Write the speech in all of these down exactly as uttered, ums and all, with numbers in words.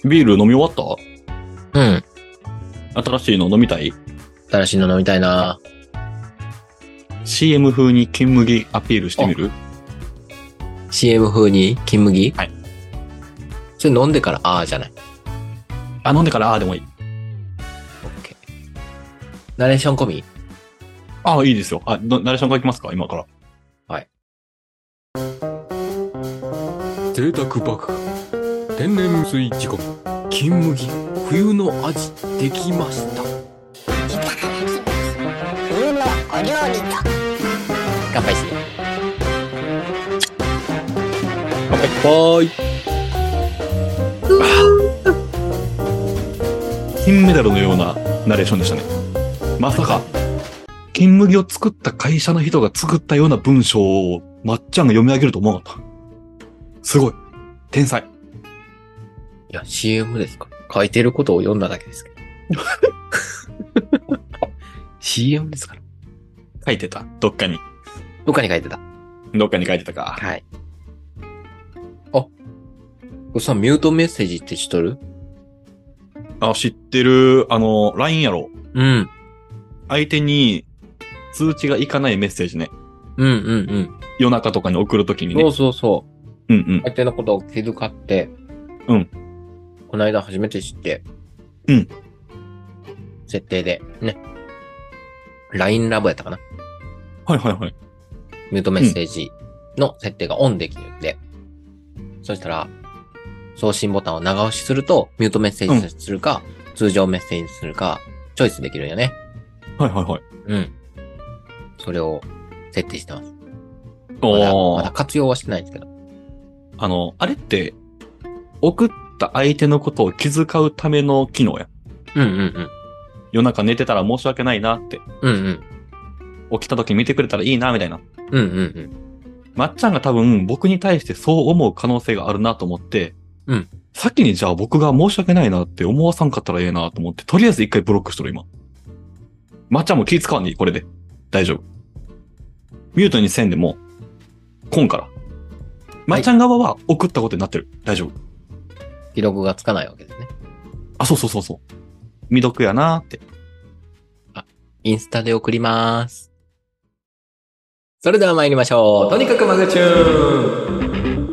ビール飲み終わっうん。 た？新しいの飲みたい？ 新しいの飲みたいな。 シーエム 風に金麦アピールしてみる？ シーエム 風に金麦？ はい。 それ飲んでからあーじゃない。 あ、飲んでからあーでもいい。 オッケー。ナレーション込み？ ああ、いいですよ。あ、ナレーションからいきますか？今から。 はい。 贅沢爆破天然水仕込み金麦冬の味できました。 冬のお料理と乾杯しよう。乾杯。はーい。 金メダルのようなナレーションでしたね。まさか、金麦を作った会社の人が作ったような文章をまっちゃんが読み上げると思わなかった。すごい。天才。 いや、シーエム ですか？書いてることを読んだだけですけど。シーエム ですから。 書いてた。どっかに。 どっかに書いてた。 どっかに書いてたか。 はい。あ、これさ、ミュートメッセージって知っとる？ あ、知ってる。あの、ライン やろ。 うん。 相手に通知がいかないメッセージね。 うんうんうん。 夜中とかに送るときにね。 そうそうそう。 うんうん。 相手のことを気遣って。 うん。 この間初めて知って。 うん。 設定で、ね。ライン ラボやったかな？ はいはいはい。 ミュートメッセージの設定がオンできるんで。うん、そしたら、送信ボタンを長押しすると、ミュートメッセージにするか、うん、通常メッセージにするか、チョイスできるよね。 はいはいはい。 うん。それを設定してます。 おまだ、 ー。 まだ活用はしてないんですけど。 あの、あれって、送った相手のことを気遣うための機能や。 うんうんうん。 夜中寝てたら申し訳ないなって。 うんうん。 起きた時見てくれたらいいな、みたいな。 うんうんうん。 まっちゃんが多分僕に対してそう思う可能性があるなと思って、 うん。 先にじゃあ僕が申し訳ないなって思わさんかったらええなと思って、とりあえず一回ブロックしとる今。まっちゃんも気使わんにこれで。大丈夫。ミュートにせんでも、こんから。まっちゃん側は送ったことになってる。大丈夫。 記録がつかないわけですね。 あ、そうそうそうそう。未読やなーって。 あ、インスタで送りまーす。それでは参りましょう。とにかくマグチューン。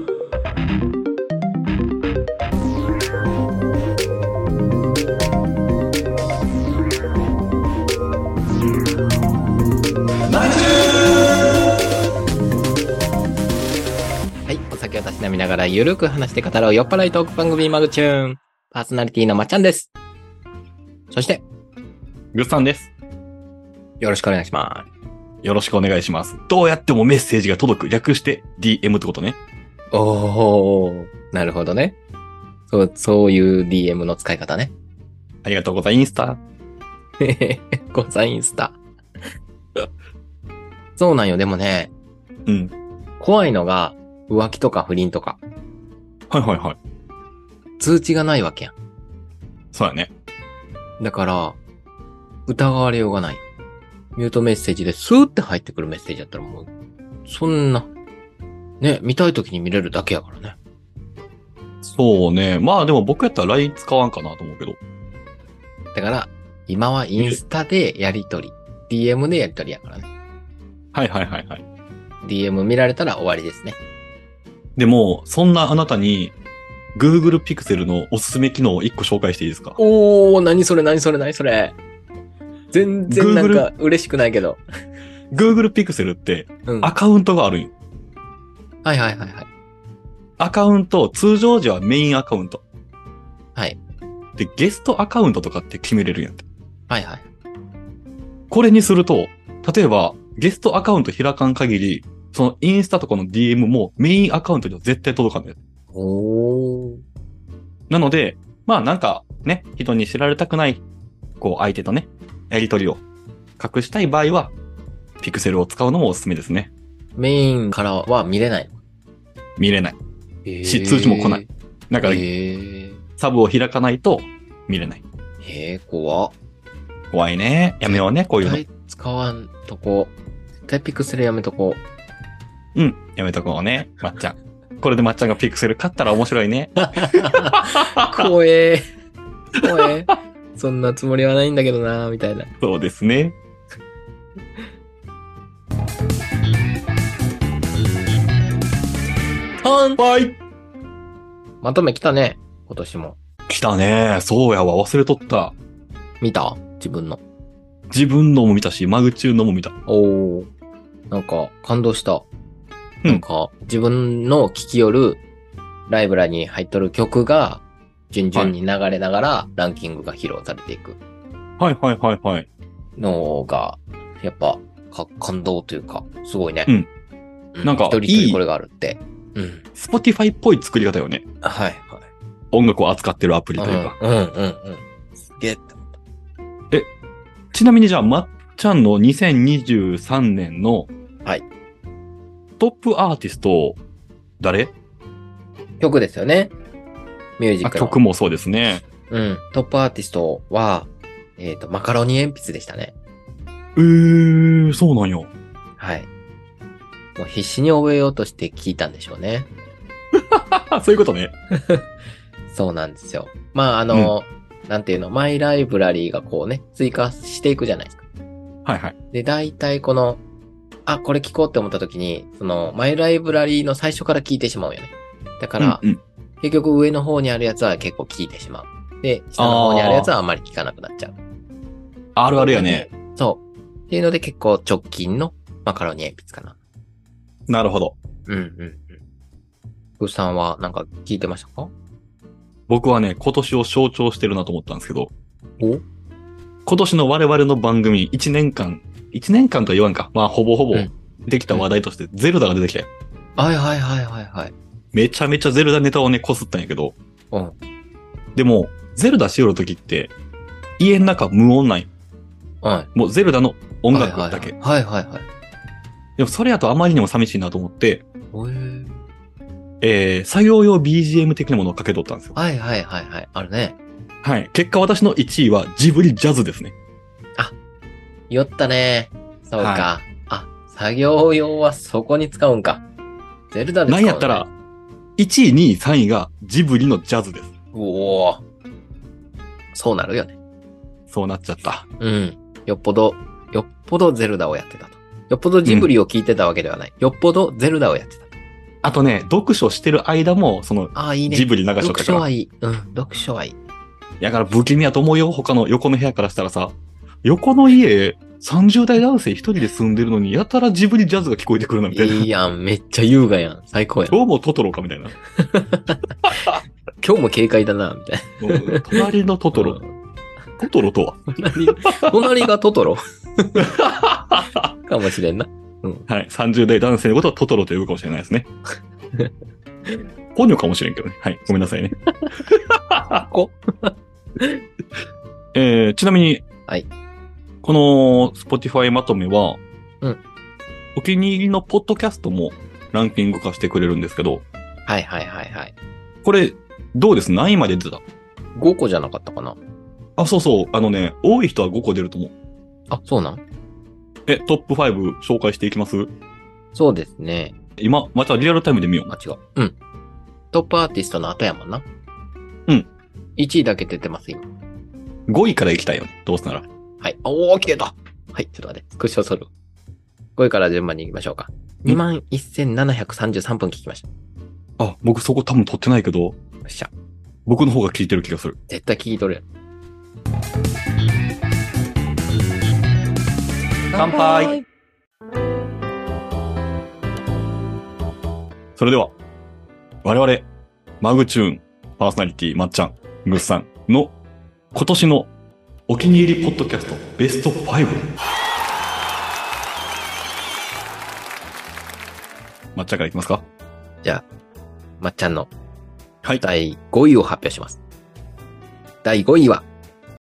はい、お酒をたしなみながらゆるく話して語ろう酔っ払いトーク番組マグチューン。パーソナリティのまっちゃんです。そして、 ぐっさんです。 よろしくお願いします。 よろしくお願いします。どうやってもメッセージが届く。略して ディーエム ってことね。 おー、なるほどね。そう、そういう ディーエム の使い方ね。 ありがとうございます。 へへへ、ございんすた。そうなんよ、でもね。 うん。 怖いのが、浮気とか不倫とか。 はいはいはい。 通知がないわけやん。 そうやね。 だから、疑われようがない。ミュートメッセージでスーって入ってくるメッセージだったらもう、そんな、ね、見たい時に見れるだけやからね。 そうね。まあでも僕やったら ライン 使わんかなと思うけど。 だから、今はインスタでやりとり、ディーエム でやりとりやからね。 はいはいはいはい。 ディーエム 見られたら終わりですね。 でも、そんなあなたに、Google Pixel のおすすめ機能をいっこ紹介していいですか？ おー、何それ何それ何それ。全然なんか嬉しくないけど。 Google Pixel って、アカウントがあるんよ。 うん、はいはいはいはい。 アカウント、通常時はメインアカウント。 はい。 で、ゲストアカウントとかって決めれるんやって。 はいはい。 これにすると、例えば、ゲストアカウント開かん限り、そのインスタとかの ディーエム もメインアカウントには絶対届かんのよ。 おー。 なので、まあなんかね、人に知られたくない、こう相手とね、やりとりを隠したい場合は、ピクセルを使うのもおすすめですね。 メインからは見れない。 見れない。 えー、 し、通知も来ない。だから、 えー、 サブを開かないと見れない。 えー、怖っ。 怖いね。やめようね、こういうの。 絶対使わんとこ。絶対ピクセルやめとこう。うん、やめとこうね、まっちゃん。 これでまっちゃんがピクセル買ったら面白いね。 怖え。怖え。そんなつもりはないんだけどな、みたいな。 そうですね。 はんはい。 まとめ来たね。今年も。 来たね。そうやわ。忘れとった。 見た自分の。 自分のも見たし、マグチューンのも見た。 おー。なんか、感動した。 うんなんか、自分の聴きよるライブラリに入っとる曲が、順々に流れながらランキングが披露されていくはいはいはいはい。 のが、やっぱ、か感動というか、すごいね。 うんうなんか一人一いい人これがあるって。うん。 スポティファイっぽい作り方よね。 はいはい。 音楽を扱ってるアプリというか。 うんうんうんうん。すげえって思っちなみにじゃあ、まっちゃんのにせんにじゅうさんねんの、 はい。 トップアーティスト、誰？ た。曲ですよね。ミュージッあ、 クの。 曲もそうですね。 うん。トップアーティストは、えっ、と、マカロニ鉛筆でしたね。 えー、そうなんよ。 はい。もう必死に覚えようとして聞いたんでしょうね。 そういうことね。 そうなんですよ。まあ、あの、なんていうの、マイライブラリーがこうね、追加していくじゃないですか。 はいはい。 で、大体この、あ、これ聞こうって思った時に、その、マイライブラリーの最初から聞いてしまうよね。だから、 うんうん、 結局上の方にあるやつは結構聞いてしまう。で、下の方にあるやつはあんまり聞かなくなっちゃう。 あるあるやね。 そう。っていうので結構直近のマカロニ鉛筆かな。 なるほど。 うんうんうん。グーさんはなんか聞いてましたか？ 僕はね、今年を象徴してるなと思ったんですけど、 お今年の我々の番組いちねんかん、いちねんかんとは言わんか。まあ、ほぼほぼうんできた話題としてゼルダが出てきて、 はいはいはいはいはい。 めちゃめちゃゼルダネタをね、こすったんやけど、 うん。 でも、ゼルダしよるときって、家の中無音なんよ。 はい。 もうゼルダの音楽だけ。 はいはいはい。 でもそれやとあまりにも寂しいなと思って、 はいはい。 えー、作業用 ビージーエム 的なものをかけとったんですよ。 はいはいはいはい。あるね。 はい。結果私のいちいはジブリジャズですね。 酔ったね。そうか。 はあ、作業用はそこに使うんか。ゼルダで使うんだねなんやったら、いちい、にい、さんいがジブリのジャズです。 おお。そうなるよね。 そうなっちゃった。 うん。よっぽど、よっぽどゼルダをやってたと。よっぽどジブリを聞いてたわけではない。よっぽどゼルダをやってた。 あとね、読書してる間も、その、 ああ、いいね。 ジブリ流しとったから。 読書はいい。うん、読書はいい。 やから不気味やと思うよ、他の横の部屋からしたらさ。横の家、さんじゅう代男性一人で住んでるのに、やたらジブリジャズが聞こえてくるな、みたいな。 いいやん。めっちゃ優雅やん。最高やん。 今日もトトロか、みたいな。 今日も軽快だな、みたいな。 もう隣のトトロ。トトロとは隣、隣がトトロかもしれんな。 はい。さんじゅう代男性のことはトトロと呼ぶかもしれないですね。ポニョかもしれんけどね。はい。ごめんなさいね。 こえー、ちなみに、 はい。 この Spotify まとめは、 うん。 お気に入りのポッドキャストもランキング化してくれるんですけど、 はいはいはいはい。 これ、どうです？何位まで出てた？ ごこじゃなかったかな。 あ、そうそう。あのね、多い人はごこ出ると思う。 あ、そうなんえ、トップご紹介していきます？ そうですね。 今、またリアルタイムで見よう。 あ、違う。うん。トップアーティストの後やもんな。 うん。 いちいだけ出てます、今。 ごいから行きたいよね。どうせなら。 はい。おー、消えた。はい、ちょっと待って。スクショする。ごいから順番に行きましょうか。にまんせんななひゃくさんじゅうさんぷん聞きました。 あ、僕そこ多分撮ってないけど、 よっしゃ。 僕の方が聞いてる気がする。 絶対聞いとるやん。 乾杯。それでは、我々、マグチューン、パーソナリティ、まっちゃん、ぐっさんの今年のお気に入りポッドキャストベストご。まっちゃんからいきますか？ じゃあ、まっちゃんのはい。 だいごいを発表します。だいごいは、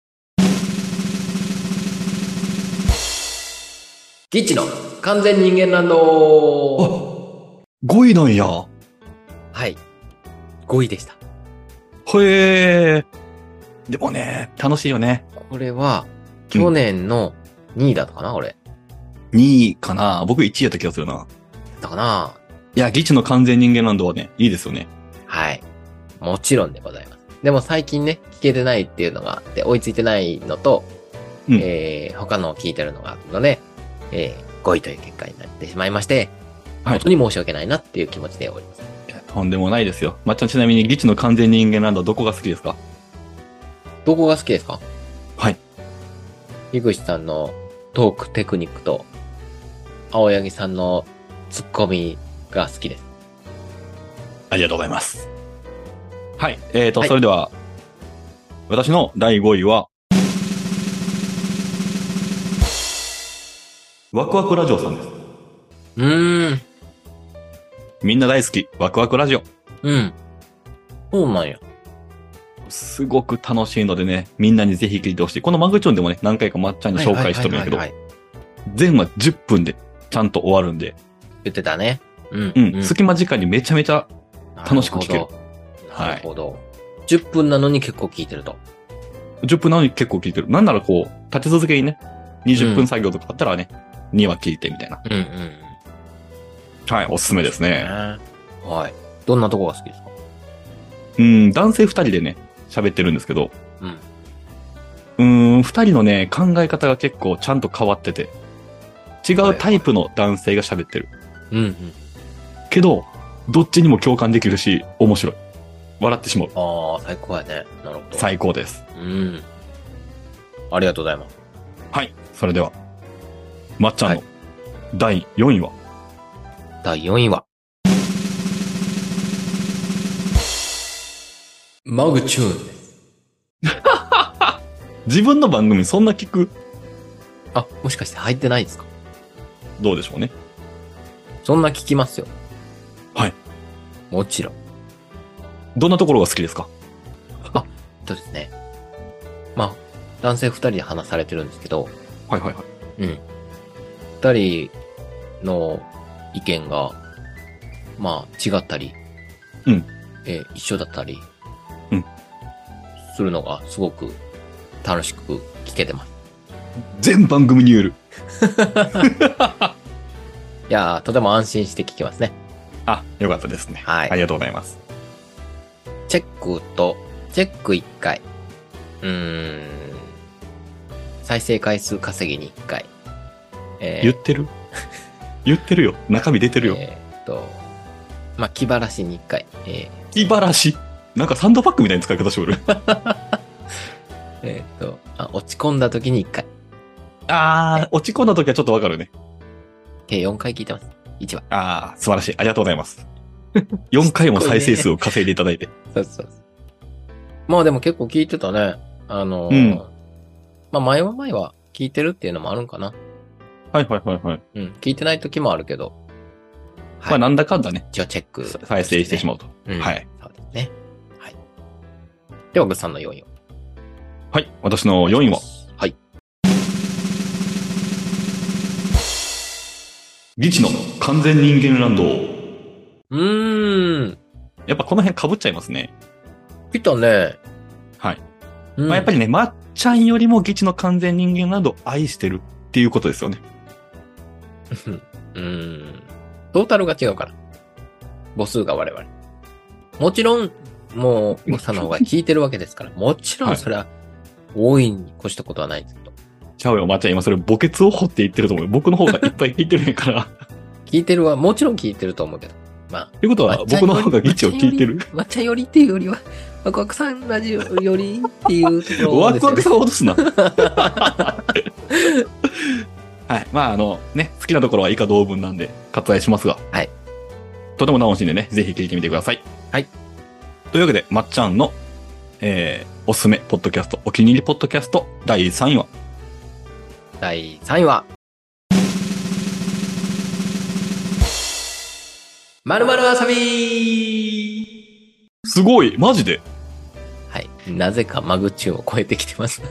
ギッチの完全人間ランド。 ごいなんや。 はい。ごいでした。 へえ。でもね、楽しいよね。 これは、去年のにいだったかな、俺。 にいかな。僕いちいやった気がするな。 だかな。 いや、ギチの完全人間ランドはね、いいですよね。 はい。もちろんでございます。でも最近ね、聞けてないっていうのがあって、追いついてないのと、 うん、 えー、他のを聞いてるのがあるので、えー、ごいという結果になってしまいまして、 はい本当に申し訳ないなっていう気持ちでおります。 いやとんでもないですよ。まっちゃんちなみにギチの完全人間ランドはどこが好きですか？ どこが好きですか？ はい。 井口さんのトークテクニックと、青柳さんのツッコミが好きです。 ありがとうございます。はい。えーと、 はいそれでは、私のだいごいは、ワクワクラジオさんです。 うーん。 みんな大好き、ワクワクラジオ。 うん。そうなんや。 すごく楽しいのでね、みんなにぜひ聞いてほしい。このマグチョンでもね、何回かまっちゃんに紹介してるんやけどはいはいはいはい、 全話じゅっぷんでちゃんと終わるんで、 言ってたね。うん。 うん、隙間時間にめちゃめちゃ楽しく聞ける。 なるほど。じゅっぷんなのに結構聞いてると。 じゅっぷんなのに結構聞いてる。なんならこう、立て続けにね、にじゅっぷん作業とかあったらね、にわ聞いてみたいな。 うんうん。 はい、おすすめですね。 はい。どんなとこが好きですか？ うん、男性二人でね、喋ってるんですけど、 うん。 うーん、二人のね、考え方が結構ちゃんと変わってて、違うタイプの男性が喋ってる。 うんうん。 けど、どっちにも共感できるし、面白い。笑ってしまう。 ああ、最高やね。なるほど。 最高です。 うん。ありがとうございます。 はい。それでは、まっちゃんのだいよんいは、 だいよんいは、マグチューンです。 自分の番組そんな聞く？ あ、もしかして入ってないですか？ どうでしょうね。 そんな聞きますよ。 はい。 もちろん。 どんなところが好きですか？ えっとですね。まあ、男性二人で話されてるんですけど、 はいはいはい。 うん。二人の意見が、まあ、違ったり、 うん。 えー一緒だったり、 うん。 するのがすごく楽しく聞けてます。 全番組に言える。 いやー、とても安心して聞けますね。 あ、よかったですね。 はいありがとうございます。 チェックと、チェックいっかい。うーん。再生回数稼ぎにいっかい。えー言ってる言ってるよ。中身出てるよ。 えーっと、まあ、気晴らしにいっかい。え気晴らし。なんかサンドバッグみたいな使い方しておる。 ーえーっとあ、落ち込んだ時にいっかい。 あー、落ち込んだ時はちょっとわかるね。 計よんかい聞いてます。いちわ。 あー、素晴らしい。ありがとうございます。よんかいも再生数を稼いでいただいて。 そうそうそう。まあでも結構聞いてたね。あのーうんまあ前は前は聞いてるっていうのもあるんかな。 はいはいはいはい。 うん。聞いてない時もあるけど。はい。 まあなんだかんだね。 一応チェック、 再生してしまうと。 うん。 はい。 そうですね。はい。では、グッさんのよんいを。 はい。私のよんいは、 はい。 リチの完全人間ランド。 うーん。 やっぱこの辺被っちゃいますね。 来たね。 はい。 うん、 まあ、やっぱりね、まっちゃんよりもギチの完全人間ランドを愛してるっていうことですよね。 うーん。トータルが違うから。母数が我々。もちろん、もう、グッさんの方が聞いてるわけですから。もちろんそれは、大いに越したことはないんですけど。 ちゃうよ、まっちゃん今それ墓穴を掘って言ってると思うよ。僕の方がいっぱい聞いてるんやから。 聞いてるは、もちろん聞いてると思うけど。まあ。 ってことは、僕の方がギチを聞いてる。 まっちゃんよりっていうよりは、ワクワクさんラジオよりっていうところワクワクですよね。 さんを落とすな。はい。まあ、あの、ね、好きなところは以下同文なんで割愛しますが。 はい。 とても楽しいんでね、ぜひ聞いてみてください。 はい。 というわけで、まっちゃんの、えー、おすすめ、ポッドキャスト、お気に入りポッドキャスト、だいさんいは、 だいさんいは、まるまるわさびすごいマジではい。なぜかマグチューンを超えてきてます。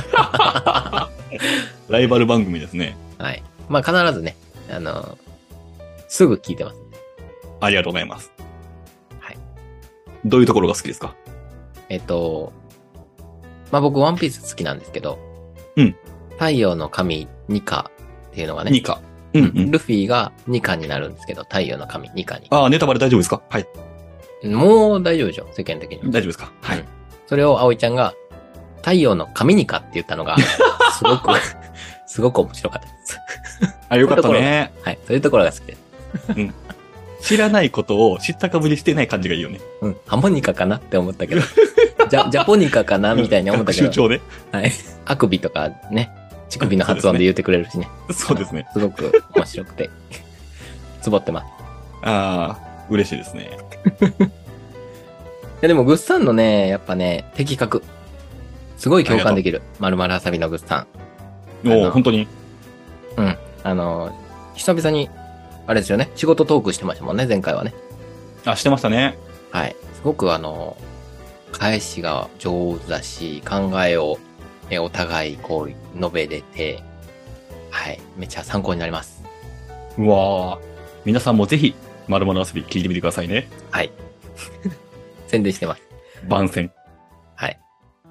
ライバル番組ですね。 はい。まあ必ずね、あのーすぐ聞いてます。 ありがとうございます。 はい。 どういうところが好きですか？ えっと、まあ僕ワンピース好きなんですけど、 うん。 太陽の神ニカっていうのがね、 ニカ。 うんうん。 ルフィがニカになるんですけど、太陽の神ニカに。 ああ、ネタバレ大丈夫ですか？はい。 もう大丈夫でしょ、世間的には。 大丈夫ですか？はい。 うん、それを葵ちゃんが、太陽の神ニカって言ったのが、すごく、すごく面白かったです。 あ、よかったね。 はい、そういうところが好きです。 うん。知らないことを知ったかぶりしてない感じがいいよね。 うん。ハモニカかなって思ったけど。ジャ、ジャポニカかなみたいに思ったけど。 学習帳ね。 はい。あくびとかね、乳首の発音で言ってくれるしね。 そうですね。 すごく面白くて、つぼってます。 ああ、嬉しいですね。 いやでも、グッサンのね、やっぱね、的確。すごい共感できる。まるまるあさびのグッサン。 おお、本当に。 うん。あの、久々に、あれですよね。仕事トークしてましたもんね、前回はね。 あ、してましたね。 はい。すごくあの、返しが上手だし、考えを、えお互いこう、述べれて、はい。めっちゃ参考になります。 うわー。皆さんもぜひ、まるまる遊び聞いてみてくださいね。 はい。宣伝してます。 番宣。 はい。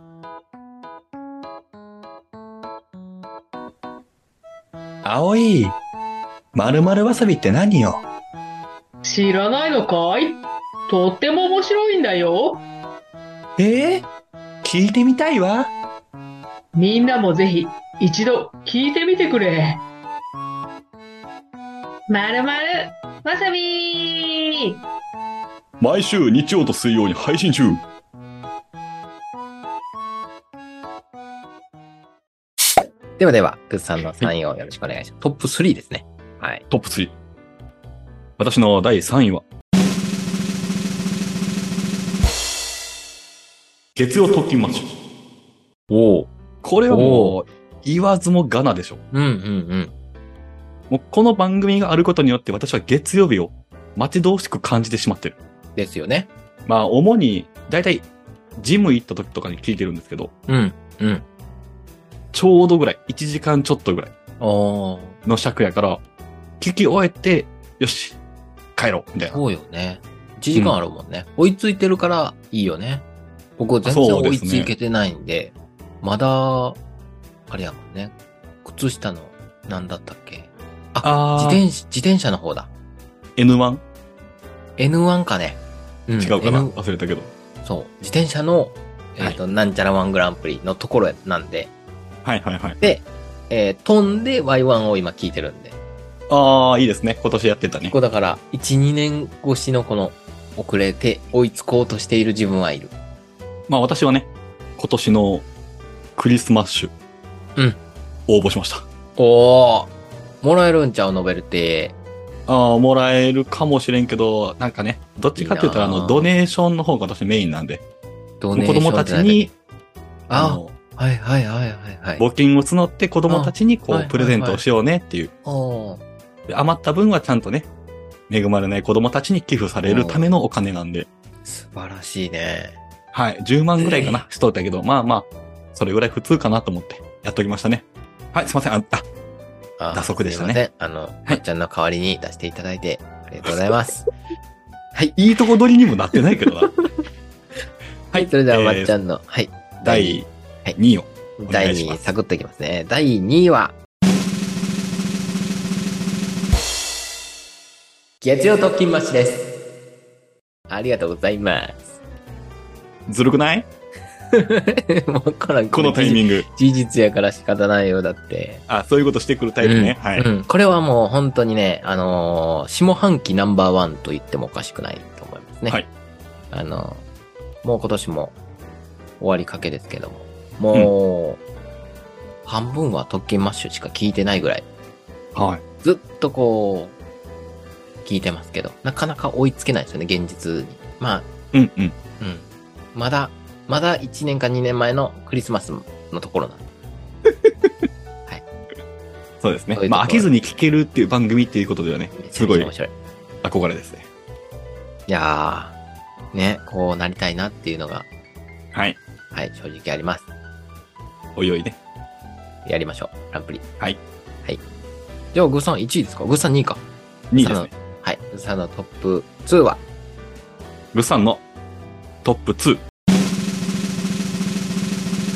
葵、まるまるわさびって何よ？ 知らないのかい？とっても面白いんだよ。 えー、聞いてみたいわ。 みんなもぜひ一度聞いてみてくれ。まるまるわさび。 毎週日曜と水曜に配信中。 ではでは、グッさんのさんいをよろしくお願いします。トップスリーですね。はい。 トップスリー。私のだいさんいは、月曜特勤マッシュ。 おお。 これはもう、言わずもがなでしょ。 うんうんうん。 もうこの番組があることによって私は月曜日を待ち遠しく感じてしまってる。 ですよね。 まあ、主に、だいたい、ジム行った時とかに聞いてるんですけど、 うんうん。 ちょうどぐらい、いちじかんちょっとぐらいおー。 の尺やから、聞き終えて、よし、帰ろう、みたいな。 そうよね。いちじかんあるもんね。追いついてるからいいよね。僕全然追いついけてないんで、まだ、あれやもんね。靴下の、なんだったっけ。あ、 あー自転車、自転車の方だ。 エヌワン? エヌワン かね。うん、 違うかな、 N、 忘れたけど。 そう。自転車の、えっ、と、なんちゃらワングランプリのところなんで。 はいはいはい。 で、えー、飛んで ワイワン を今聞いてるんで。 ああ、いいですね。今年やってたねこ。うだから、いち、にねん越しのこの、遅れて追いつこうとしている自分はいる。 まあ私はね、今年のクリスマッシュ。 うん。 応募しました。 おー。もらえるんちゃうノベルテ。 ああ、もらえるかもしれんけど、なんかね、どっちかって言ったら、あの、 いいなードネーションの方が私メインなんで、 ド子供たちに、ああの、 はいはいはいはいはい。 募金を募って子供たちにこ、 はいうプレゼントをしようねっていう。 おー。 で余った分はちゃんとね、恵まれない子供たちに寄付されるためのお金なんで、 素晴らしいね。 はい、じゅうまんぐらいかな、しとったけど、まあまあ、それぐらい普通かなと思って、やっときましたね。はい、すいません、あ、ああ打足でしたねすいません。あの、まっちゃんの代わりに出していただいて、ありがとうございます。はい。 いいとこ取りにもなってないけどな。 はい。それでは、 えーまっちゃんの、はい。 だいにいを。おだいにい、 願いしますサクッといきますね。だいにいは、月曜特勤マッシュです。ありがとうございます。 ずるくない？ もうこのこのタイミング。 事実やから仕方ないようだって。 あ、そういうことしてくるタイプね。はい、 うん。これはもう本当にね、あのー下半期ナンバーワンと言ってもおかしくないと思いますね。 はい。 あのーもう今年も終わりかけですけども、もう、半分は特勤マッシュしか聞いてないぐらい、 はい。 ずっとこう、聞いてますけど、なかなか追いつけないですよね、現実に。まあ、 うんうん。 うん。まだ、まだいちねんかにねんまえのクリスマスのところなんで。 そうですねそういうとこ。ろまあ飽きずに聞けるっていう番組っていうことではね、 めちすごいゃめちゃ面白い。 憧れですね。 いやー、ね、こうなりたいなっていうのが、 はい。 はい、正直あります。 おいおいね。 やりましょう、グランプリ。 はい。 はい。じゃあ、グーさんいちいですか？グーさんにいか。 にいですね。 はい。グーさんのトップツーは、 グッさんのトップツー。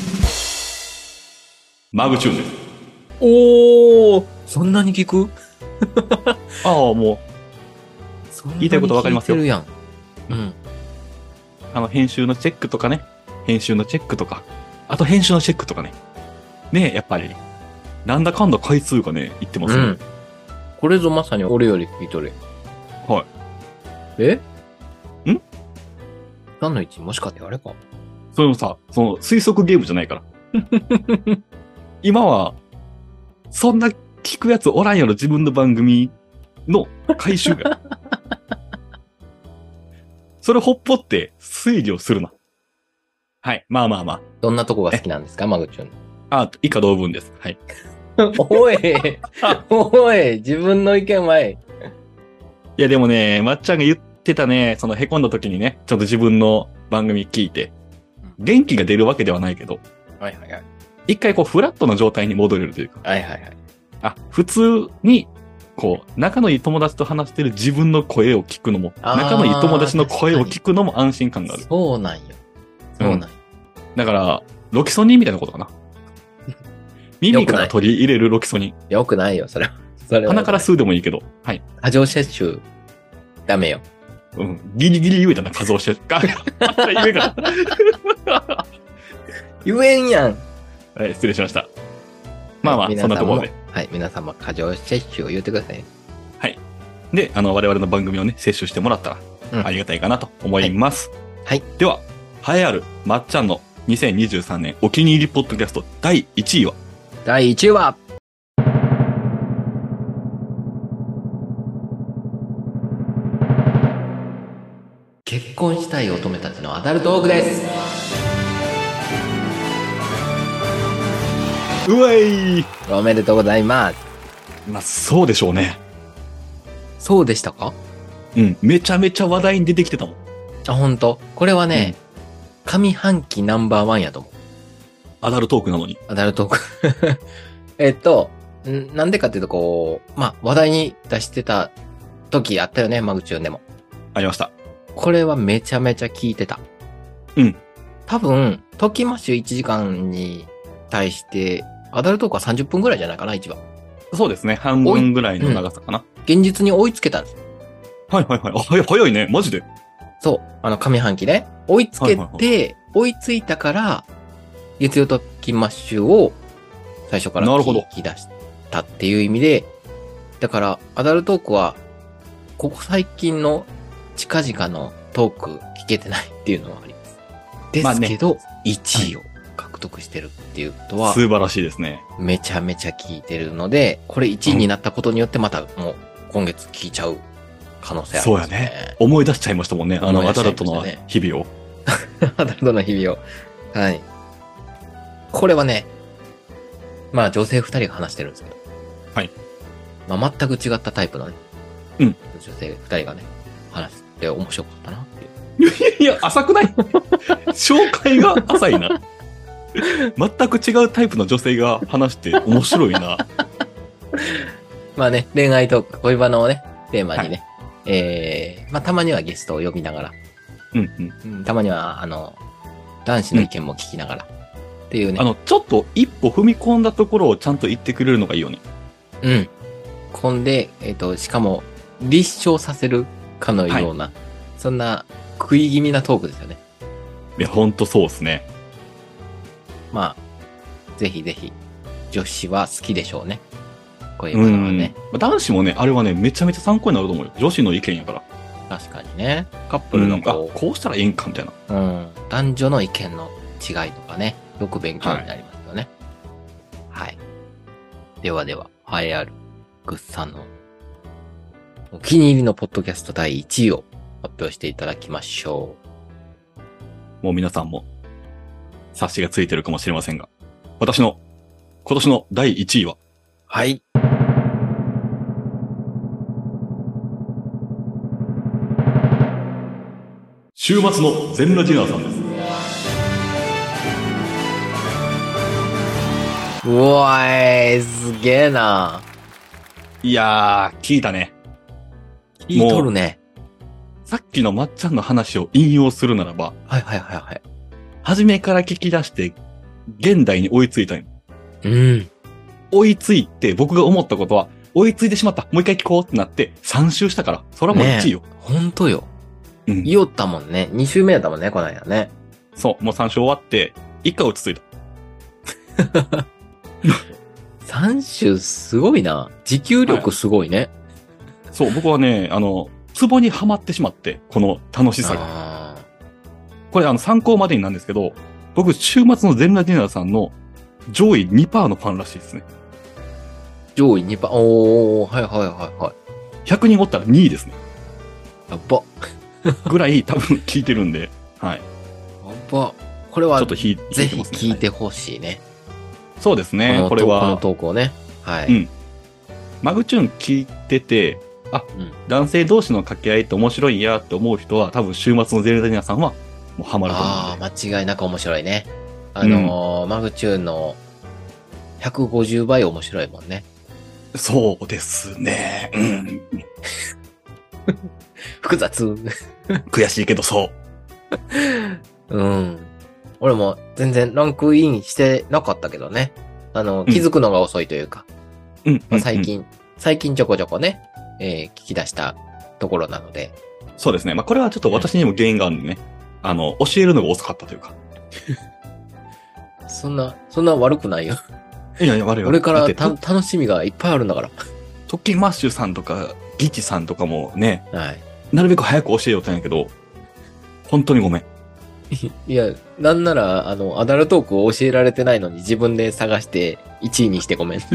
マグチューンです。 おー、そんなに聞く？ ああ、も言いたいことわかりますよ聞いてるやん。うん。 う、あの、編集のチェックとかね。編集のチェックとか。あと編集のチェックとかね。ねえ、やっぱり。なんだかんだ回数がね、言ってますね。 うん。これぞまさに俺より聞いとるやん。 はい。 えん何の位置もしかってあれか。 それもさ、その推測ゲームじゃないから。今は、そんな聞くやつおらんやろ、自分の番組の回収が。それほっぽって推理をするな。はい。まあまあまあ。 どんなとこが好きなんですか、マグチュン。 あ、以下同文です。はい。 おい、おい、自分の意見はい。 いやでもね、まっちゃんが言ってたね、その凹んだ時にね、ちょっと自分の番組聞いて、元気が出るわけではないけど、 はいはいはい。 一回こうフラットな状態に戻れるというか、 はいはいはい。 あ、普通に、こう、仲のいい友達と話してる自分の声を聞くのも、 あー仲のいい友達の声を聞くのも安心感がある。 そうなんよ。そうなんよ。 だから、ロキソニンみたいなことかな。耳から取り入れるロキソニン。 よくないよ、それは。それは。 鼻から吸うでもいいけど、はい。 過剰摂取、ダメよ。 うん。ギリギリ言えたな、数をしてる。あ、言えかった。 言えんやん。 はい、失礼しました。まあまあ、 はいそんなところで。。 皆さんもはい、皆様、過剰摂取を言ってください。 で、あの、我々の番組をね、摂取してもらったら、 うんありがたいかなと思います。 はい。 では、栄えある、まっちゃんのにせんにじゅうさんねんお気に入りポッドキャストだいいちいは、 だいいちいは、結婚したい乙女たちのアダルトークです。 うわいおめでとうございます。 まあ、そうでしょうね。 そうでしたか？ うん。めちゃめちゃ話題に出てきてたもん。 あ、ほんと。これはね、上半期ナンバーワンやと思う。 アダルトークなのに。 アダルトーク。えっと、んなんでかっていうと、こう、まあ、話題に出してた時あったよね、マグチューンでも。 ありました。 これはめちゃめちゃ聞いてた。 うん。 多分、トキマッシュいちじかんに対して、アダルトークはさんじゅっぷんぐらいじゃないかな、一番。 そうですね。半分ぐらいの長さかな。 現実に追いつけたんですよ。 はいはいはい。あ、早い早いね。マジで。 そう。あの、上半期ね。追いつけて、 はいはい追いついたから、月曜トキマッシュを最初からなるほど聞き出したっていう意味で、だから、アダルトークは、ここ最近の近々のトーク聞けてないっていうのはあります。ですけど、いちいを獲得してるっていうことは、 素晴らしいですね。 めちゃめちゃ聞いてるので、これいちいになったことによってまたもう今月聞いちゃう可能性ありますね。 そうや思い出しちゃいましたもんね。あの、ア思い出しちゃダルトのいましたね日々を。 アダルトの日々を。はい。これはね、まあ女性二人が話してるんですけど。 はい。 まあ全く違ったタイプのね。 うん。 女性二人がね、話して面白かったなっていう。 いや、浅くない紹介が浅いな。全く違うタイプの女性が話して面白いな。 まあね、恋愛トーク、恋バナをね、テーマにね、えー、まあたまにはゲストを呼びながら、 うんうん。 うんたまには、あの、男子の意見も聞きながら、っていうね。 あの、ちょっと一歩踏み込んだところをちゃんと言ってくれるのがいいよね。 うん。こんで、えっ、と、しかも、立証させるかのような、そんな食い気味なトークですよね。 いや、ほんとそうですね。 まあ、ぜひぜひ、女子は好きでしょうね。こういううものはね。 ん。男子もね、あれはね、めちゃめちゃ参考になると思うよ。女子の意見やから。 確かにね。カップうん。あ、 ルのここうしたらいいんか、みたいな。 う、うん、男女の意見の違いとかね、よく勉強になりますよね。はい。ではでは、栄えあるグッさんのお気に入りのポッドキャストだいいちいを発表していただきましょもう皆さんも、察しがついてるかもしれませんが。私の、今年のだいいちいは、 う。はい。 週末の全ラジナーさんです。 うわーい、すげえな。 いやー、聞いたね。 聞いとるね。 さっきのまっちゃんの話を引用するならば、 はいはいはいはい。 初めから聞き出して、現代に追いついたんよ。 うん。 追いついて、僕が思ったことは、 追いついてしまった。もう一回聞こうってなって、さん周したから。それはもういちいよ。 ね、ほんとよ。 うん。 言おったもんね。に周目やったもんね、この間ね。 そう、もうさん周終わって、いっかい落ち着いた。 さん周すごいな。持久力すごいね。はい、 そう、僕はね、あの、ツボにはまってしまって、この楽しさが。これあの参考までになんですけど、僕、週末の全裸ディナーさんの上位 にパーセント のファンらしいですね。 上位 にパーセント、おー、はいはいはいはい。 ひゃくにんおったらにいですね。 やっば。 ぐらい多分聞いてるんで、はい。 やっば。これは、 ちょっと引いてぜひ聞いてほしいね。 そうですね、これは。 この投稿ね。はい。 うん。マグチューン聞いてて、あ、うん、男性同士の掛け合いって面白いんやって思う人は、多分週末のゼルダニアさんは、もうハマると思う。 ああ、間違いなく面白いね。あのーうん、マグチューンのひゃくごじゅうばい面白いもんね。 そうですね。うん。 複雑。 悔しいけどそう。 うん。俺も全然ランクインしてなかったけどね。あの、気づくのが遅いというか。 うん。 まあ、最近、うんうん、最近ちょこちょこね、えー、聞き出したところなので。 そうですね。まあ、これはちょっと私にも原因があるんでね。あの、教えるのが遅かったというか。 そんな、そんな悪くないよ。 いやいや、悪いよ。 俺からた楽しみがいっぱいあるんだから。 トッキンマッシュさんとか、ギチさんとかもね、 はい。 なるべく早く教えようとんやけど、本当にごめん。 いや、なんなら、あの、アダルトークを教えられてないのに自分で探していちいにしてごめん。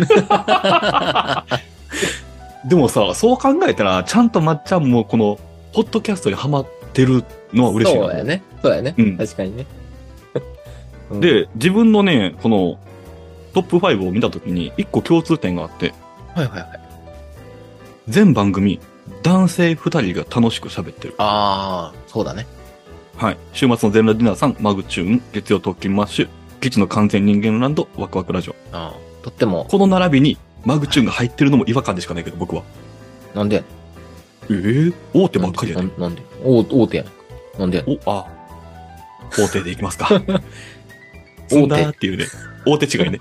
でもさ、そう考えたら、ちゃんとまっちゃんもこの、ポッドキャストにハマってるのは嬉しいな。 そうやね。そうやね。うん、確かにね。 で、自分のね、この、トップファイブを見たときに、一個共通点があって。 はいはいはい。 全番組、男性二人が楽しく喋ってる。 ああ、そうだね。 はい。週末の全裸ディナーさん、マグチューン、月曜特勤マッシュ、基地の完全人間ランド、ワクワクラジオ。 ああ、とっても。 この並びに、マグチューンが入ってるのも違和感でしかないけど、僕は。 なんでええー、大手ばっかりやねん。なんで大手やねん。なんでお、あ、大手でいきますか。大手っていうね。大手違いね。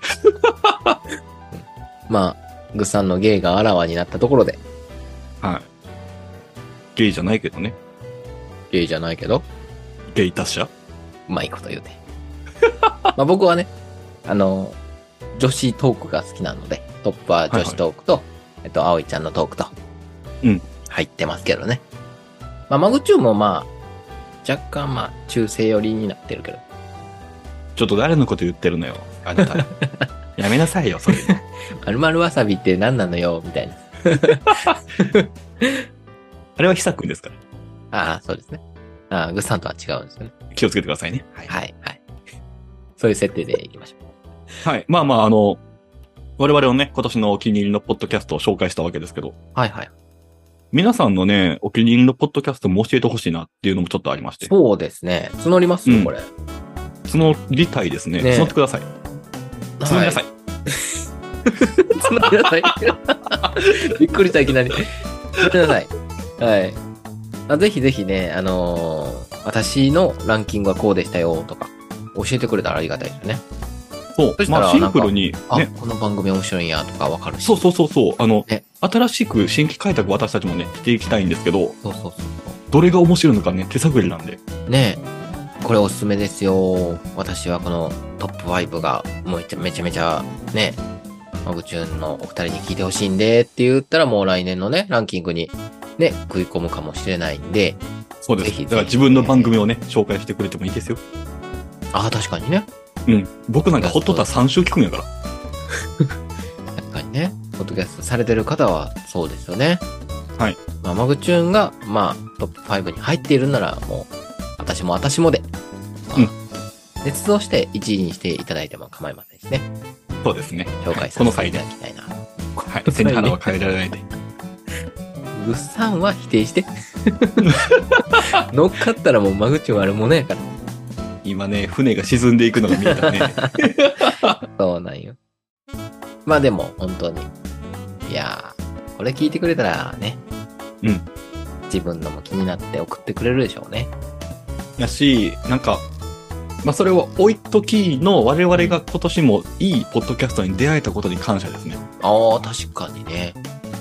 まあ、グッさんの芸があらわになったところで。 はい。ゲイじゃないけどね。 ゲイじゃないけど。 ゲイ達者うまいこと言うて。まあ僕はね、あの、女子トークが好きなので、トップは女子トークと、はいはい、えっと、葵ちゃんのトークと、 うん。 入ってますけどね。まあ、マグチューンもまあ、若干まあ、中性寄りになってるけど。 ちょっと誰のこと言ってるのよ、あなた。やめなさいよ、それ。 まるまるわさびって何なのよ、みたいな。 あれはひさくんですから。 ああ、そうですね。ああ、グッさんとは違うんですよね。 気をつけてくださいね。 はい、はい、はい。そういう設定でいきましょう。はい。まあまあ、あの、我々のね、今年のお気に入りのポッドキャストを紹介したわけですけど。 はいはい。 皆さんのね、お気に入りのポッドキャストも教えてほしいなっていうのもちょっとありまして。 そうですね。募りますよ、うん、これ。 募りたいですね。ね、募ってください。募りなさい。 募りなさい。びっくりした、いきなり。募りなさい。はい。あ、ぜひぜひね、あのー、私のランキングはこうでしたよとか、教えてくれたらありがたいですよね。 そう。そしたらまあシンプルに、ね、 あ、この番組面白いんやとかわかるし。 そうそうそうそう。あの、ね、新しく新規開拓私たちもね、していきたいんですけど、 そうそうそう。 どれが面白いのかね、手探りなんで。 ねえ。これおすすめですよ。私はこのトップファイブがもうめちゃめちゃね、マグチューンのお二人に聞いてほしいんでって言ったらもう来年のね、ランキングにね、食い込むかもしれないんで。 そうです。ぜひぜひだから自分の番組をね、紹介してくれてもいいですよ。 ああ、確かにね。 うん。僕なんかほっとったらさん週聞くんやから。 確かにね。ポッドキャストされてる方はそうですよね。 はい。 まあ、マグチューンが、まあ、トップファイブに入っているなら、もう、私も私もで、まあ、うん。捏造していちいにしていただいても構いませんしね。 そうですね。 紹介させていただきたいな。 はい。背に腹は変えられないで。 グッさんは否定して。乗っかったらもうマグチューンあるものやから。 今ね、船が沈んでいくのが見えたね。 そうなんよ。まあでも、本当に。いやー、これ聞いてくれたらね。 うん。 自分のも気になって送ってくれるでしょうね。 やし、なんか、まあそれを置いときの我々が今年もいいポッドキャストに出会えたことに感謝ですね。 ああ、確かにね。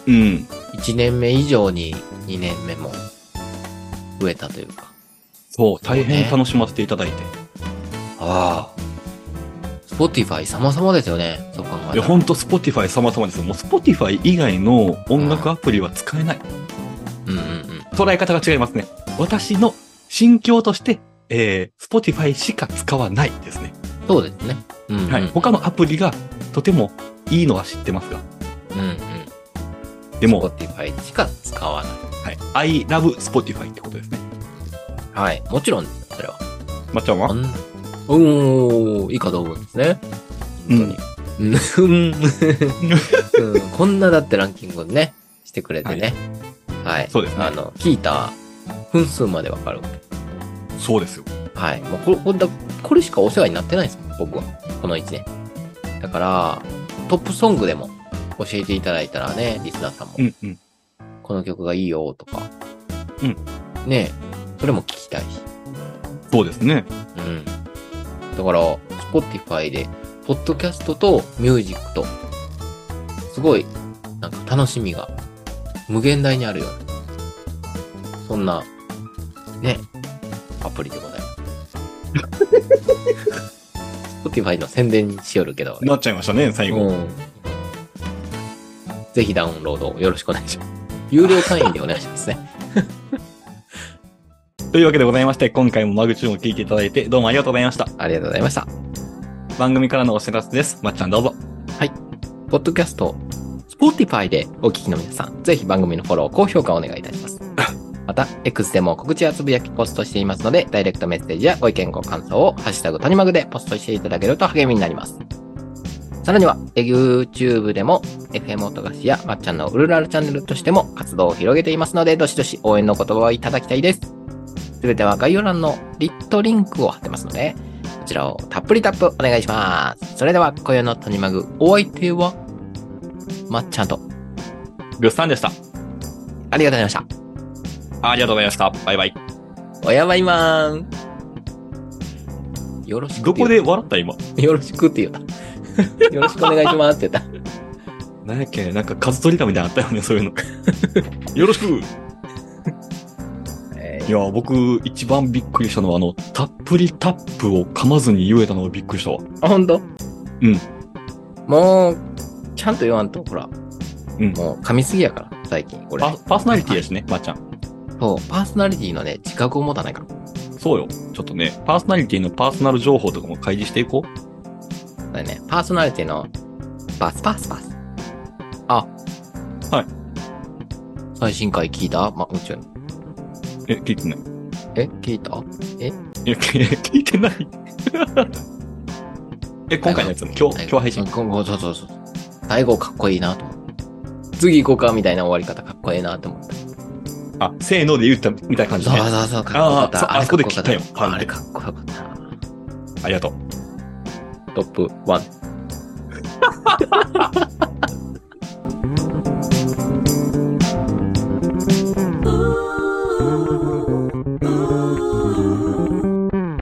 うん。 いちねんめ以上ににねんめも増えたというか。 そう、大変楽しませていただいて。 ああ。Spotify 様々ですよね。そう考えたら。 いや、ほんと Spotify 様々ですよ。もう Spotify 以外の音楽アプリは使えない。 うんうんうん。 捉え方が違いますね。私の心境として、えー、Spotify しか使わないですね。 そうですね。うん、うん。 はい。他のアプリがとてもいいのは知ってますが。 うんうん。 でも、 Spotify しか使わない。 はい。I love Spotify ってことですね。 はい。もちろんですよ、それは。 まっちゃんはあんおー、いいかと思うんですね。本当に。うん。うん、こんなだってランキングね、してくれてね。はい。 そうですねあの、聞いた分数までわかる。 そうですよ。 はい。もうこれ、これだ、これしかお世話になってないですもん、僕は。このいちねん。だから、トップソングでも教えていただいたらね、リスナーさんも。 うんうん。 この曲がいいよとか。 うん。 ねえ、それも聞きたいし。 そうですね。 うん。だから、Spotify で、ポッドキャストとミュージックと、すごい、なんか楽しみが無限大にあるような、そんな、ね、アプリでございます。Spotify の宣伝にしよるけど、 なっちゃいましたね、最後。 うん。ぜひダウンロードよろしくお願いします。有料会員でお願いしますね。 というわけでございまして、今回もマグチューンを聞いていただいて、どうもありがとうございました。 ありがとうございました。 番組からのお知らせです。まっちゃんどうぞ。 ポッドキャスト、Spotify でお聞きの皆さん、ぜひ番組のフォロー、高評価をお願いいたします。また、X でも告知やつぶやきポストしていますので、ダイレクトメッセージやご意見ご感想を、ハッシュタグトニマグでポストしていただけると励みになります。さらには、YouTube でも、エフエム 音菓子やまっちゃんのウルラルチャンネルとしても活動を広げていますので、どしどし応援の言葉をいただきたいです。すべては概要欄のリットリンクを貼ってますので、こちらをたっぷりタップお願いします。それでは、今夜のトニマグ、お相手は、まっちゃんと、 グッさんでした。 ありがとうございました。 ありがとうございました。バイバイ。 おやばいまーん。よろしくどこでって言う笑った今。 よろしくって言った。よろしくお願いしますって言った。 なんやっけ、なんか数取りだみたいなのあったよね、そういうの。よろしく。 えいや、僕、一番びっくりしたのは、あの、たっぷりタップを噛まずに言えたのがびっくりしたわ。 あ、ほんと？ うん。 もう、ちゃんと言わんと、ほら。 うんもう、噛みすぎやから、最近、俺。 パパーソナリティやしね、まっちゃん。 そう、パーソナリティのね、自覚を持たないから。 そうよ。ちょっとね、パーソナリティのパーソナル情報とかも開示していこう。 だよね、パーソナリティの、パスパスパス。あ。 はい。 最新回聞いたま、宇宙に。 え、聞いてない。 え聞いたえいや、聞いてない。え、今回のやつも今日、今日配信。 今後、そうそうそう。最後かっこいいなと思って。次行こうかみたいな終わり方かっこいいなと思って。 あ、せーので言ったみたいな感じそうね。 そうそう、かっこよかった。 あーそあそこで切ったよパンってあれかっこよかったな。 ありがとう。 トップワン。